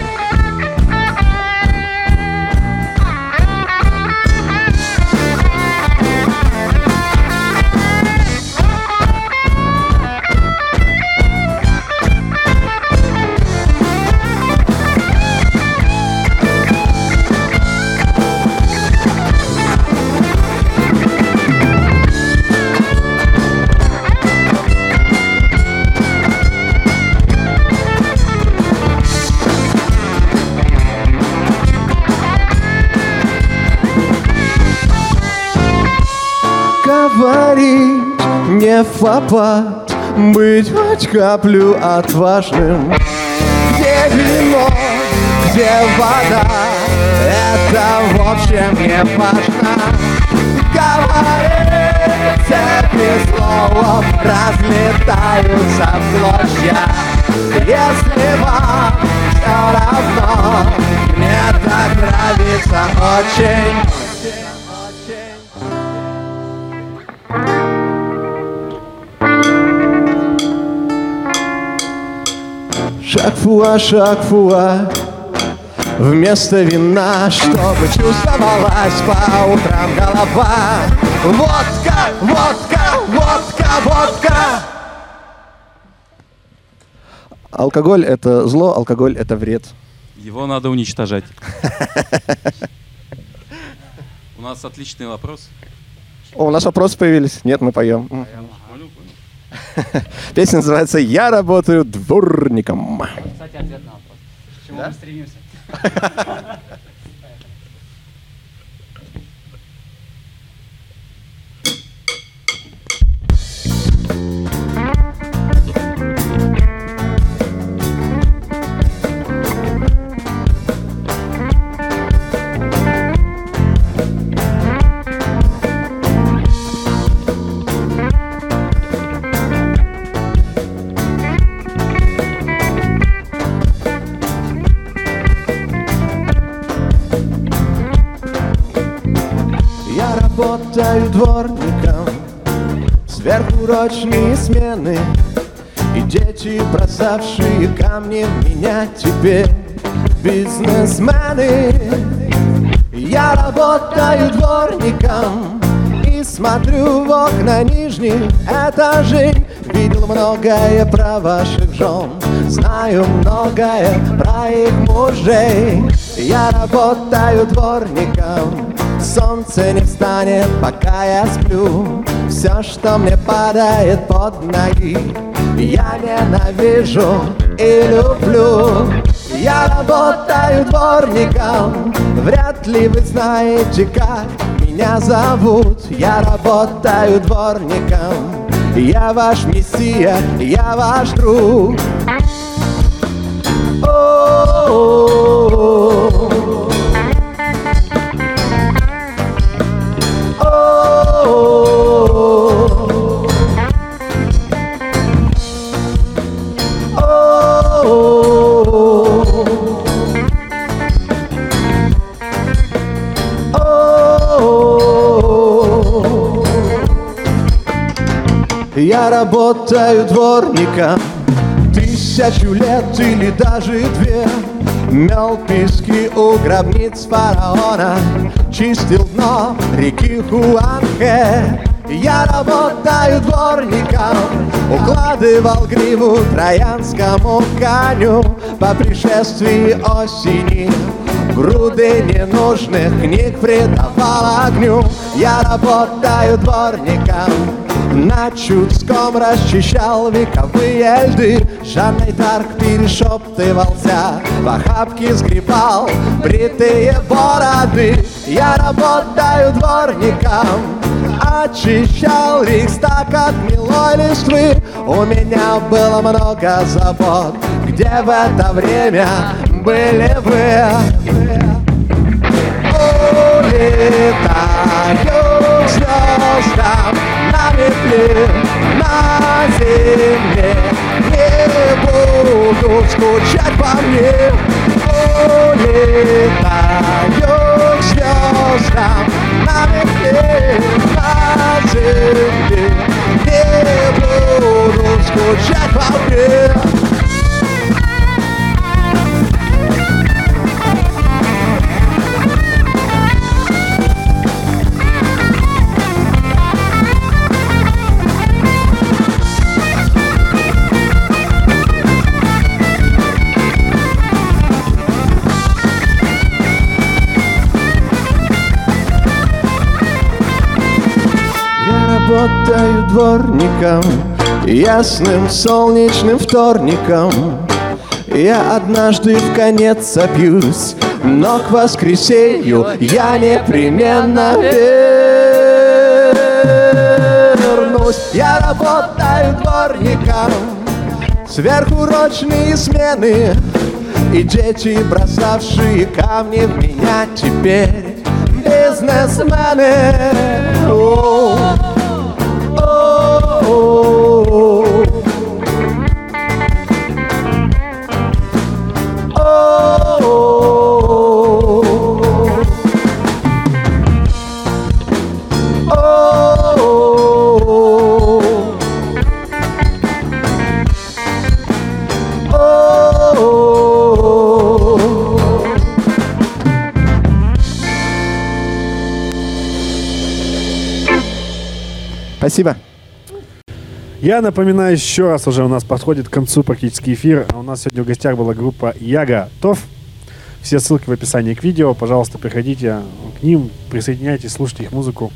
Говорить не в попад, быть хоть каплю отважным. Где вино, где вода, это в общем не важно. Говори, цепи слов разлетаются в клочья. Если вам все равно, мне так нравится очень. Шакфуа, шакфуа, вместо вина, чтобы чувствовалась по утрам голова. Водка, водка, водка, водка. Алкоголь — это зло, алкоголь — это вред. Его надо уничтожать. У нас отличный вопрос. О, у нас вопросы появились. Нет, мы поем. Песня называется «Я работаю дворником». Кстати, ответ на вопрос. К чему мы стремимся? Работаю дворником, сверхурочные смены, и дети, бросавшие камни в меня, теперь бизнесмены. Я работаю дворником и смотрю в окна нижних этажей. Видел многое про ваших жен, знаю многое про их мужей. Я работаю дворником, солнце не встанет, пока я сплю. Все, что мне падает под ноги, я ненавижу и люблю. Я работаю дворником, вряд ли вы знаете, как меня зовут. Я работаю дворником, я ваш мессия, я ваш друг. Я работаю дворником 1000 лет или даже 2. Мел пески у гробниц фараона, чистил дно реки Хуанхэ. Я работаю дворником, укладывал гриву троянскому коню. По пришествии осени груды ненужных книг предавал огню. Я работаю дворником, на Чудском расчищал вековые льды. Жанной Дарк перешептывался, в охапки сгребал бритые бороды. Я работаю дворником, очищал Рейхстаг от гнилой листвы. У меня было много забот, где в это время были вы? Улетаю звездам на метле, на земле. Не буду скучать по мне. Улетаю звездам на метле, на земле. Не буду скучать по мне. Работаю дворником, ясным солнечным вторником. Я однажды в конец сопьюсь, но к воскресенью я непременно вернусь. Я работаю дворником, сверхурочные смены, и дети, бросавшие камни в меня, теперь бизнесмены. Спасибо. Я напоминаю еще раз, уже у нас подходит к концу практически эфир. У нас сегодня в гостях была группа Яга ТОВ. Все ссылки в описании к видео. Пожалуйста, приходите к ним, присоединяйтесь, слушайте их музыку.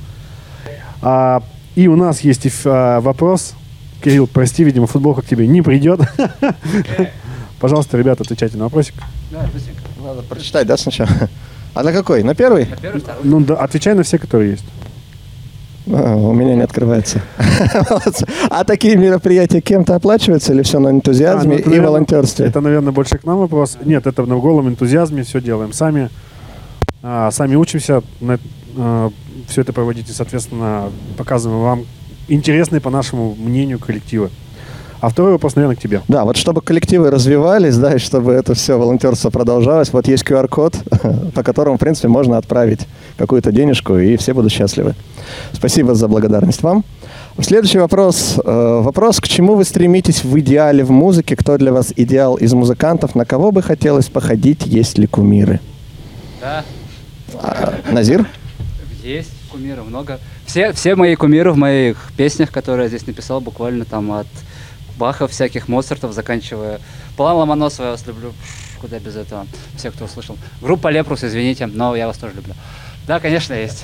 И у нас есть вопрос. Кирилл, прости, видимо, футболка к тебе не придет. Пожалуйста, ребята, отвечайте на вопросик. Надо прочитать, да, сначала? А на какой? На первый? На первый, второй. Ну да, отвечай на все, которые есть. У меня не открывается. А такие мероприятия кем-то оплачиваются или все на энтузиазме и волонтерстве? Это, наверное, больше к нам вопрос. Нет, это на голом энтузиазме, все делаем сами. Сами учимся все это проводить и, соответственно, показываем вам интересные, по нашему мнению, коллективы. А второй вопрос, наверное, к тебе. Да, вот чтобы коллективы развивались, да, и чтобы это все волонтерство продолжалось, вот есть QR-код, по которому, в принципе, можно отправить какую-то денежку, и все будут счастливы. Спасибо за благодарность вам. Следующий вопрос. Вопрос, к чему вы стремитесь в идеале в музыке? Кто для вас идеал из музыкантов? На кого бы хотелось походить? Есть ли кумиры? Да. Назир? Есть кумиры, много. Все мои кумиры в моих песнях, которые я здесь написал, буквально там от Бахов, всяких Моцартов, заканчивая. План Ломоносова я вас люблю. Куда без этого? Все, кто услышал. Группа Лепрус, извините, но я вас тоже люблю. Да, конечно, есть.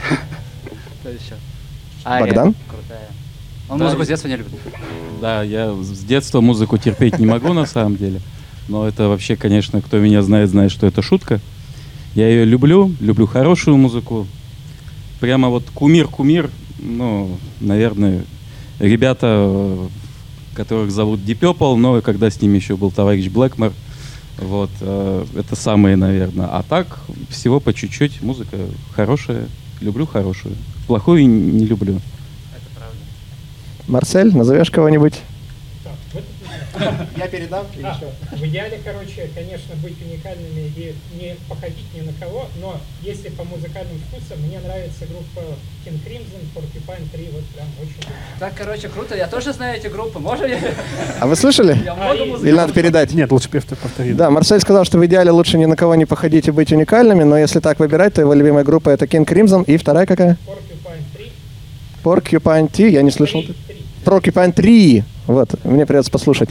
Богдан? Крутая. Он музыку с детства не любит. Да, я с детства музыку терпеть не могу на самом деле. Но это вообще, конечно, кто меня знает, знает, что это шутка. Я ее люблю хорошую музыку. Прямо вот кумир, ну, наверное, ребята, которых зовут Deep Purple, но когда с ними еще был товарищ Блэкмор, вот, это самые, наверное. А так, всего по чуть-чуть, музыка хорошая, люблю хорошую. Плохую не люблю. Это правда. Марсель, назовешь кого-нибудь? Я передам или что? В идеале, короче, конечно, быть уникальными и не походить ни на кого, но если по музыкальным вкусам, мне нравится группа King Crimson, Porcupine Tree, вот прям очень. Так, короче, круто. Я тоже знаю эти группы. Можно я? А вы слышали? Я много музыки. Или надо передать? Нет, лучше повтори. Да, Марсель сказал, что в идеале лучше ни на кого не походить и быть уникальными, но если так выбирать, то его любимая группа это King Crimson, и вторая какая? Porcupine Tree. Porcupine Tree, я не слышал. Porcupine Tree. Вот, мне придется послушать.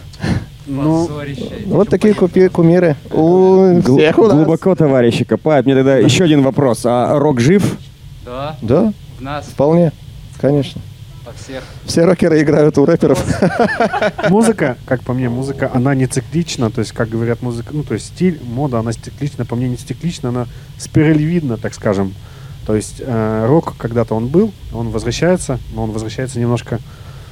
Ну, Вот такие кумиры. У всех у нас. Глубоко товарищи копают. Мне тогда еще один вопрос. А рок жив? Да, Да, в нас, вполне, конечно. во всех. Все рокеры играют у рэперов. музыка, как по мне, музыка, она не циклична, то есть, как говорят, музыка, ну, то есть, стиль, мода, она циклична, по мне не циклична, она спиралевидна, так скажем. То есть, рок когда-то он был, он возвращается, но он возвращается немножко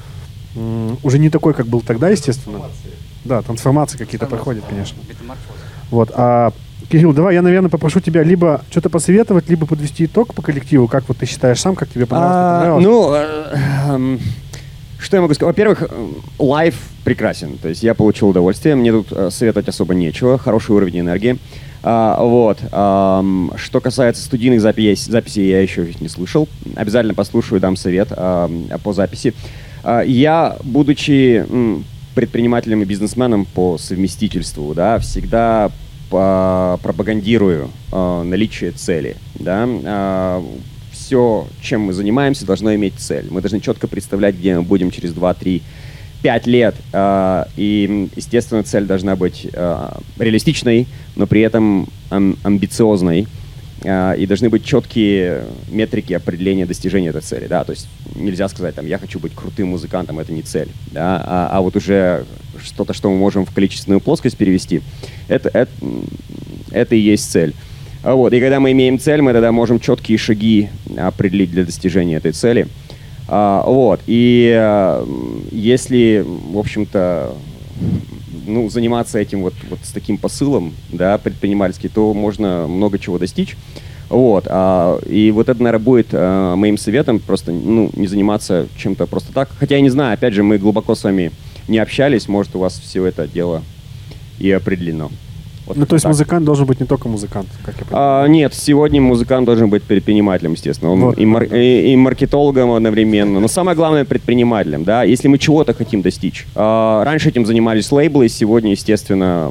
уже не такой, как был тогда, естественно. Да, трансформации какие-то проходят, конечно. Метаморфоза. Вот, Кирилл, давай я, наверное, попрошу тебя либо что-то посоветовать, либо подвести итог по коллективу, как вот ты считаешь сам, как тебе понравилось, не понравилось? Что я могу сказать? Во-первых, лайв прекрасен. То есть я получил удовольствие. Мне тут советовать особо нечего. Хороший уровень энергии. Вот. Что касается студийных записей, я еще их не слышал. Обязательно послушаю, дам совет по записи. Я, будучи предпринимателем и бизнесменом по совместительству, да, всегда пропагандирую наличие цели. Да? Все, чем мы занимаемся, должно иметь цель. Мы должны четко представлять, где мы будем через 2, 3, 5 лет. И, естественно, цель должна быть реалистичной, но при этом амбициозной. И должны быть четкие метрики определения достижения этой цели. Да? То есть нельзя сказать, там, я хочу быть крутым музыкантом, это не цель. Да? А вот уже что-то, что мы можем в количественную плоскость перевести, это и есть цель. Вот. И когда мы имеем цель, мы тогда можем четкие шаги определить для достижения этой цели. Вот. И если, в общем-то, заниматься этим вот с таким посылом, да, предпринимательски, то можно много чего достичь. Вот. И вот это, наверное, будет моим советом, просто не заниматься чем-то просто так. Хотя я не знаю, опять же, мы глубоко с вами не общались, может, у вас все это дело и определено. Вот то есть так. Музыкант должен быть не только музыкант, как я понимаю. Нет, сегодня музыкант должен быть предпринимателем, естественно. Он вот. и маркетологом одновременно, но самое главное предпринимателем, да, если мы чего-то хотим достичь. Раньше этим занимались лейблы, сегодня, естественно,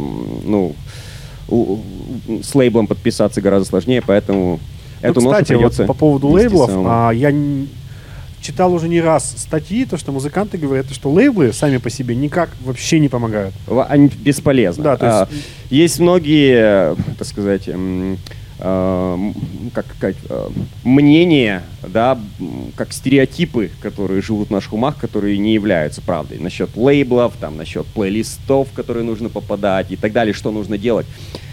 с лейблом подписаться гораздо сложнее, поэтому эту ношу придется вот по поводу лейблов, я читал уже не раз статьи, то, что музыканты говорят, что лейблы сами по себе никак вообще не помогают. Они бесполезны. Да, то есть... Есть многие, так сказать, мнения, да, как стереотипы, которые живут в наших умах, которые не являются правдой. Насчет лейблов, насчет плейлистов, в которые нужно попадать и так далее, что нужно делать.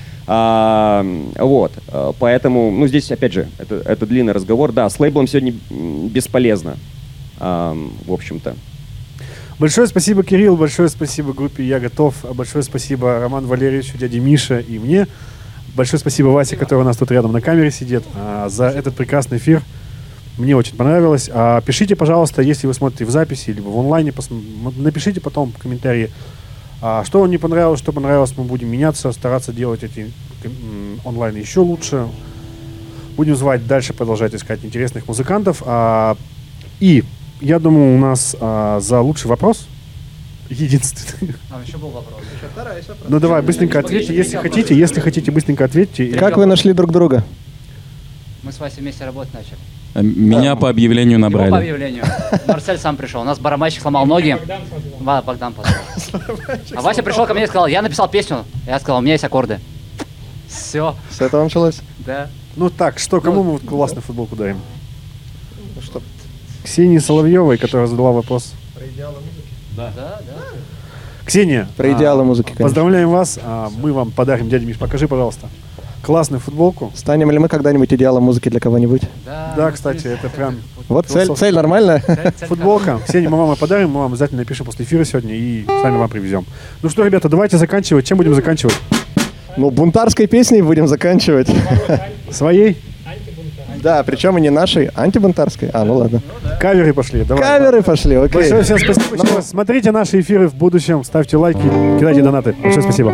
Вот, поэтому, здесь, опять же, это длинный разговор. Да, с лейблом сегодня бесполезно, в общем-то. Большое спасибо, Кирилл, большое спасибо группе «Я готов», большое спасибо Роману Валерьевичу, дяде Мише и мне. Большое спасибо Васе, который у нас тут рядом на камере сидит, за этот прекрасный эфир. Мне очень понравилось. Пишите, пожалуйста, если вы смотрите в записи, либо в онлайне, напишите потом в комментарии, что вам не понравилось, что понравилось. Мы будем меняться, стараться делать эти онлайн еще лучше. Будем звать дальше, продолжать искать интересных музыкантов. И я думаю, у нас за лучший вопрос, единственный. Еще был вопрос. Еще второй. Ну давай, быстренько ответьте, если хотите. Если хотите, быстренько ответьте. Как вы нашли друг друга? Мы с Васей вместе работать начали. Меня по объявлению набрали. Его по объявлению. Марсель сам пришел. У нас барабанщик сломал ноги. Богдан позвал. А Вася пришел ко мне и сказал, я написал песню. Я сказал, у меня есть аккорды. Все. С этого началось? Да. Так, что, кому мы классную футболку дарим? Что? Ксении Соловьевой, которая задала вопрос. Про идеалы музыки? Да. Ксения. Про идеалы музыки, конечно. Поздравляем вас. Мы вам подарим, дядя Миш, покажи, пожалуйста. Классную футболку. Станем ли мы когда-нибудь идеалом музыки для кого-нибудь? Да, кстати, это прям... Вот цель нормальная. Футболка. Ксения, мы вам подарим, мы вам обязательно напишем после эфира сегодня и сами вам привезем. Ну что, ребята, давайте заканчивать. Чем будем заканчивать? Бунтарской песней будем заканчивать. Своей? Да, причем и не нашей, антибунтарской. Ну ладно. Каверы пошли, давай. Каверы пошли, окей. Большое всем спасибо. Еще раз смотрите наши эфиры в будущем, ставьте лайки, кидайте донаты. Большое спасибо.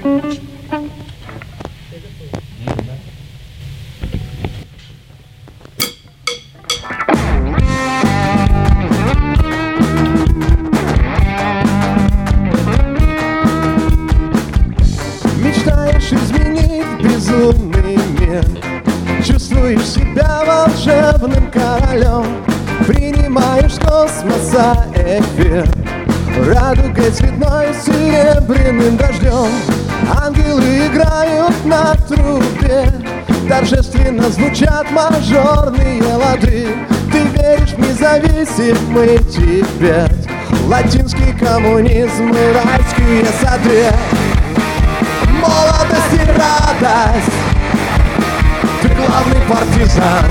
Мечтаешь изменить безумный мир, чувствуешь себя волшебным королем, принимаешь с космоса эфир, радугой цветной серебряным дождем. Ангелы играют на трубе, торжественно звучат мажорные лады. Ты веришь в независимый Тибет, латинский коммунизм и райские сады. Молодость и радость, ты главный партизан.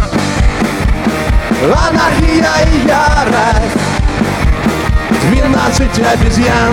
Анархия и ярость, 12 обезьян.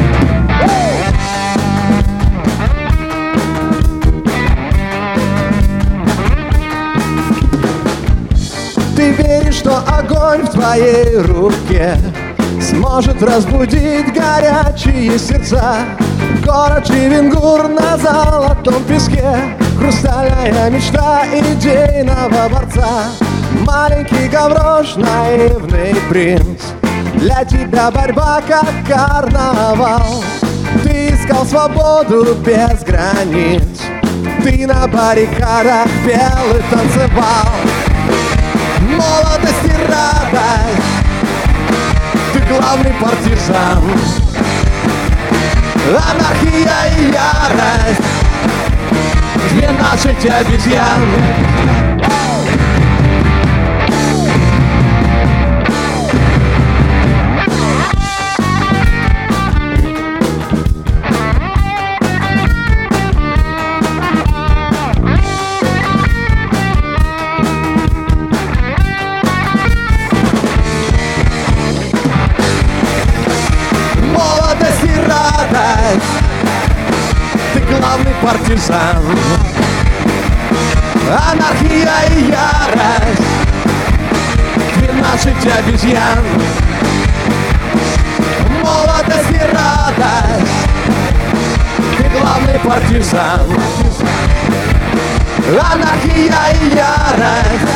Ты веришь, что огонь в твоей руке сможет разбудить горячие сердца. Город Чивингур на золотом песке, хрустальная мечта идейного борца. Маленький Гаврош, наивный принц, для тебя борьба как карнавал. Ты искал свободу без границ, ты на баррикадах пел и танцевал. Молодость и радость, ты главный партизан. Анархия и ярость, 12 обезьян. Молодость и радость, ты главный партизан. Анархия и ярость, 12 обезьян. Молодость и радость, ты главный партизан. Анархия и ярость,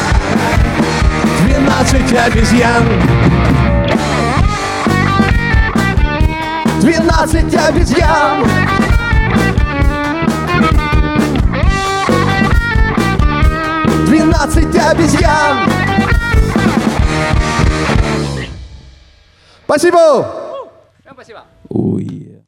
12 обезьян. 12 обезьян. 12 обезьян. Спасибо! Спасибо. Ой.